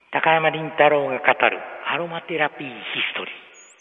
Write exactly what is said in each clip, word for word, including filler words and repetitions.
高山林太郎が語るアロマテラピーヒストリ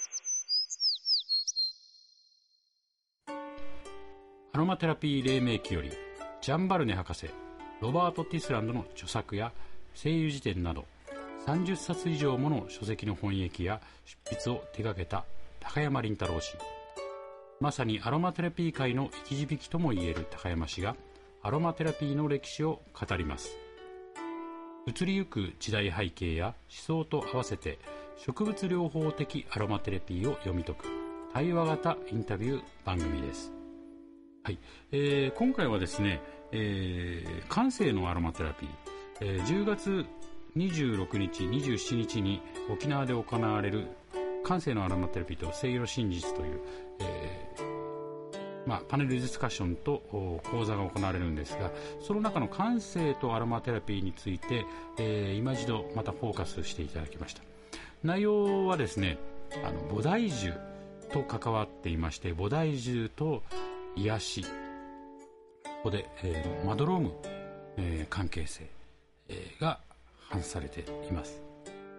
ー。アロマテラピー黎明期よりジャンバルネ博士、ロバート・ティスランドの著作や声優辞典などさんじゅっさつ以上もの書籍の翻訳や執筆を手掛けた高山林太郎氏。まさにアロマテラピー界の生き字引ともいえる高山氏がアロマテラピーの歴史を語ります。移りゆく時代背景や思想と合わせて植物療法的アロマテラピーを読み解く対話型インタビュー番組です。はい、えー、今回はですね、えー、感性のアロマテラピー、えー、じゅうがつにじゅうろくにち、にじゅうしちにちに沖縄で行われる感性のアロマテラピーと西洋真実という、えーまあ、パネルディスカッションと講座が行われるんですが、その中の感性とアロマテラピーについて、えー、今一度またフォーカスしていただきました。内容はですね、あの菩提樹と関わっていまして、菩提樹と癒し、ここで、えー、まどろむ、えー、関係性、えー、が反されています。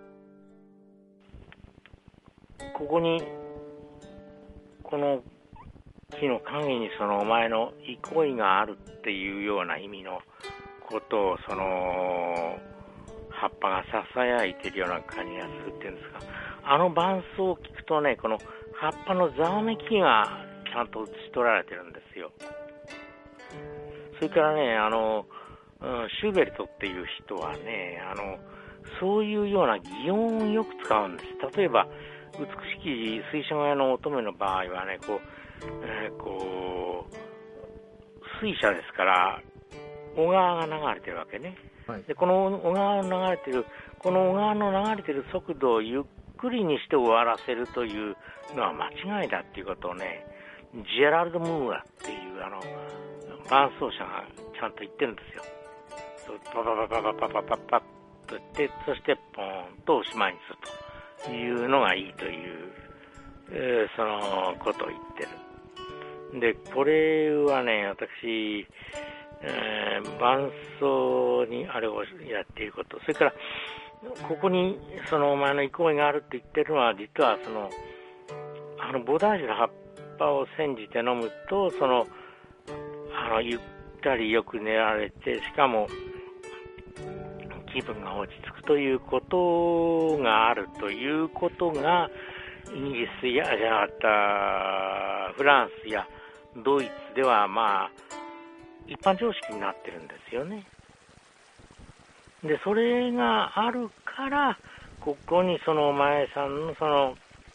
ここにこの木の陰にそのお前の憩いがあるっていうような意味のことをその葉っぱがささやいているような感じがするっていうんですか、あの伴奏を聞くとね、この葉っぱのざわめきがちゃんと映し取られてるんですよ。それからね、あの、うん、シューベルトっていう人はね、あのそういうような擬音をよく使うんです。例えば美しき水車小屋の乙女の場合はね、こうえー、こう水車ですから小川が流れてるわけね、はい、でこの小川の流れてるこの小川の流れてる速度をゆっくりにして終わらせるというのは間違いだっていうことをね、ジェラルド・ムーアっていうあの伴奏者がちゃんと言ってるんですよ。パパパパパパパパッと言って、そしてポーンとおしまいにするというのがいいという、えー、そのことを言ってる。で、これはね、私、えー、伴奏にあれをやっていること、それからここにそのお前の憩いがあるって言ってるのは、実はそのあの菩提樹の葉っぱを煎じて飲むと、そのあのゆったりよく寝られて、しかも気分が落ち着くということがあるということが、イギリスやじゃなかったフランスやドイツではまあ一般常識になってるんですよね。でそれがあるからここにそのお前さんのその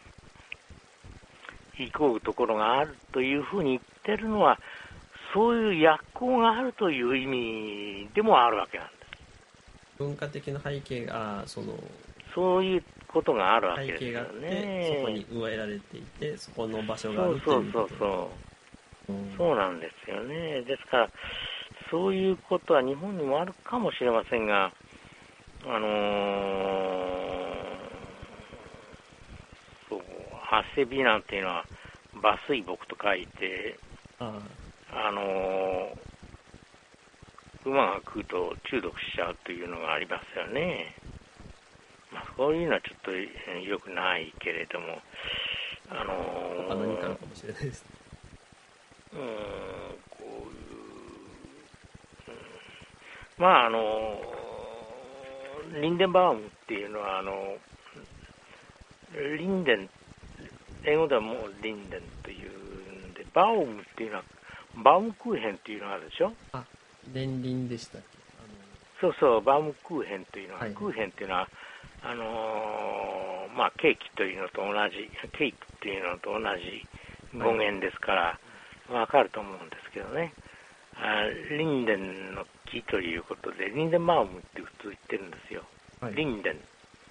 憩うところがあるというふうに言ってるのは、そういう薬効があるという意味でもあるわけなんです。 文化的な背景がそのそういうことがあるわけですよね。 背景があって、そこに植えられていて、そこの場所があるということ。そうそうそうそう、うん、 そうなんですよね。ですからそういうことは日本にもあるかもしれませんが、あのー、そうハセビなんていうのは馬水木と書いて、あ、あのー、馬が食うと中毒しちゃうというのがありますよね。まあ、そういうのはちょっと良くないけれども、あのー、 他何かあるかもしれないですね。 うーん、こういう、うん、まああのリンデンバウムっていうのはあのリンデン、英語ではもうリンデンというんで、バウムっていうのはバウムクーヘンっていうのがあるでしょ。 あ、年輪でしたっけ。あのそうそう、バウムクーヘンというのは、はい、クーヘンっていうのはあのー、まあケーキというのと同じ、ケーキっていうのと同じ語源ですから、はい、わかると思うんですけどね。あリンデンの木ということで、リンデンバウムって普通言ってるんですよ。はい、リンデン。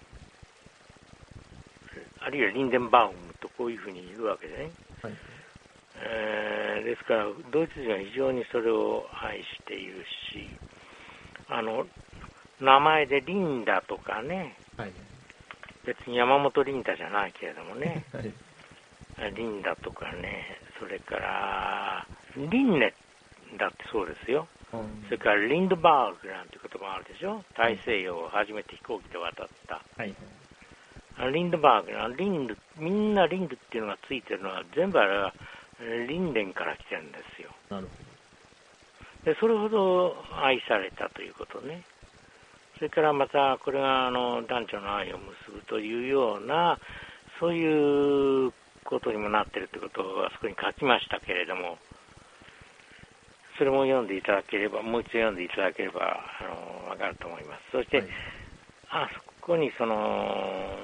あるいはリンデンバウムとこういうふうに言うわけでね。はい、えー、ですから、ドイツ人は非常にそれを愛しているし、あの、名前でリンダとかね、はい、別に山本リンダじゃないけれどもね、はい、リンダとかね、それからリンネだってそうですよ。 うん、 それからリンドバーグなんて言葉もあるでしょ。大西洋を初めて飛行機で渡った、 はい、 あのリンドバーグのリンド、みんなリンドっていうのがついてるのは全部あれはリンデンから来てるんですよ。 なるほど。でそれほど愛されたということね。それからまたこれがあの男女の愛を結ぶというようなそういうことにもなっているということをあそこに書きましたけれども、それも読んでいただければ、もう一度読んでいただければあの分かると思います。そして、はい、あそこにその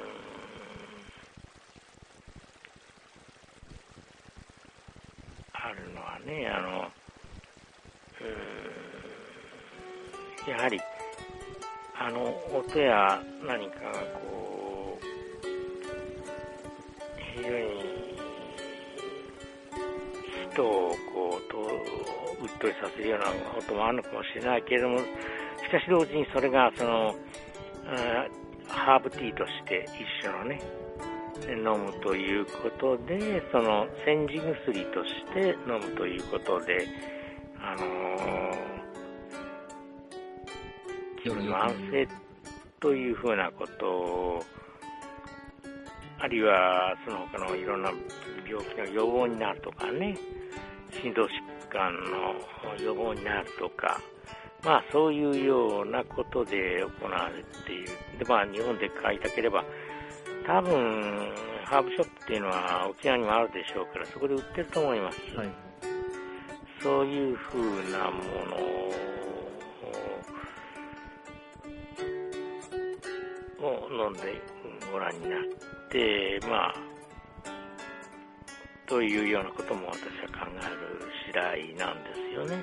あるのはね、あのうーんやはりあの音や何かがこう非常に人をこうとうっとりさせるようなこともあるのかもしれないけれども、しかし同時にそれがそのハーブティーとして一種のね飲むということで、その煎じ薬として飲むということで、あのー、気分の安静というふうなことを、あるいはその他のいろんな病気の予防になるとかね、心臓疾患の予防になるとか、まあそういうようなことで行われている。で、まあ日本で買いたければ、多分ハーブショップっていうのは沖縄にもあるでしょうから、そこで売ってると思います。はい、そういうふうなものを飲んでご覧になって、まあというようなことも私は考える次第なんですよね。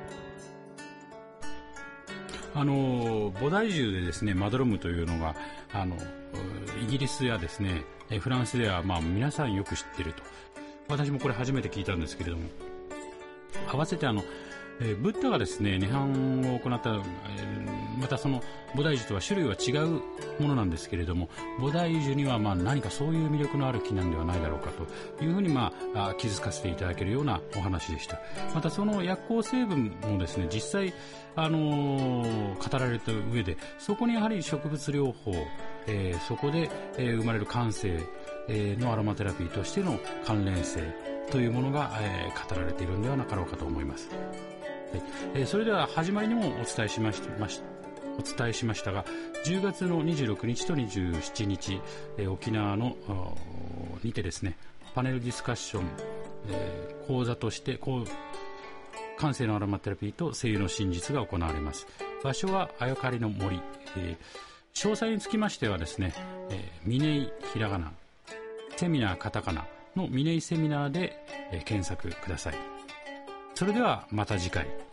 あの菩提樹でですね、マドロムというのがあのイギリスやですねフランスではまあ皆さんよく知っていると。私もこれ初めて聞いたんですけれども、合わせてあのえー、ブッダがですね涅槃を行った、えー、またその菩提樹とは種類は違うものなんですけれども、菩提樹にはまあ何かそういう魅力のある木なんではないだろうかというふうにまあ気づかせていただけるようなお話でした。またその薬効成分もですね実際、あのー、語られた上で、そこにやはり植物療法、えー、そこで、えー、生まれる感性、えー、のアロマテラピーとしての関連性というものが、えー、語られているのではなかろうかと思います。はいえー、それでは始まりにもお伝えしましたましお伝えしましたが、じゅうがつのにじゅうろくにちとにじゅうしちにち、えー、沖縄のにてですねパネルディスカッション、えー、講座としてこう感性のアロマテラピーと声優の真実が行われます。場所はあやかりの森、えー、詳細につきましてはですね、えー、ミネイひらがなセミナーカタカナのミネイセミナーで、えー、検索ください。それではまた次回。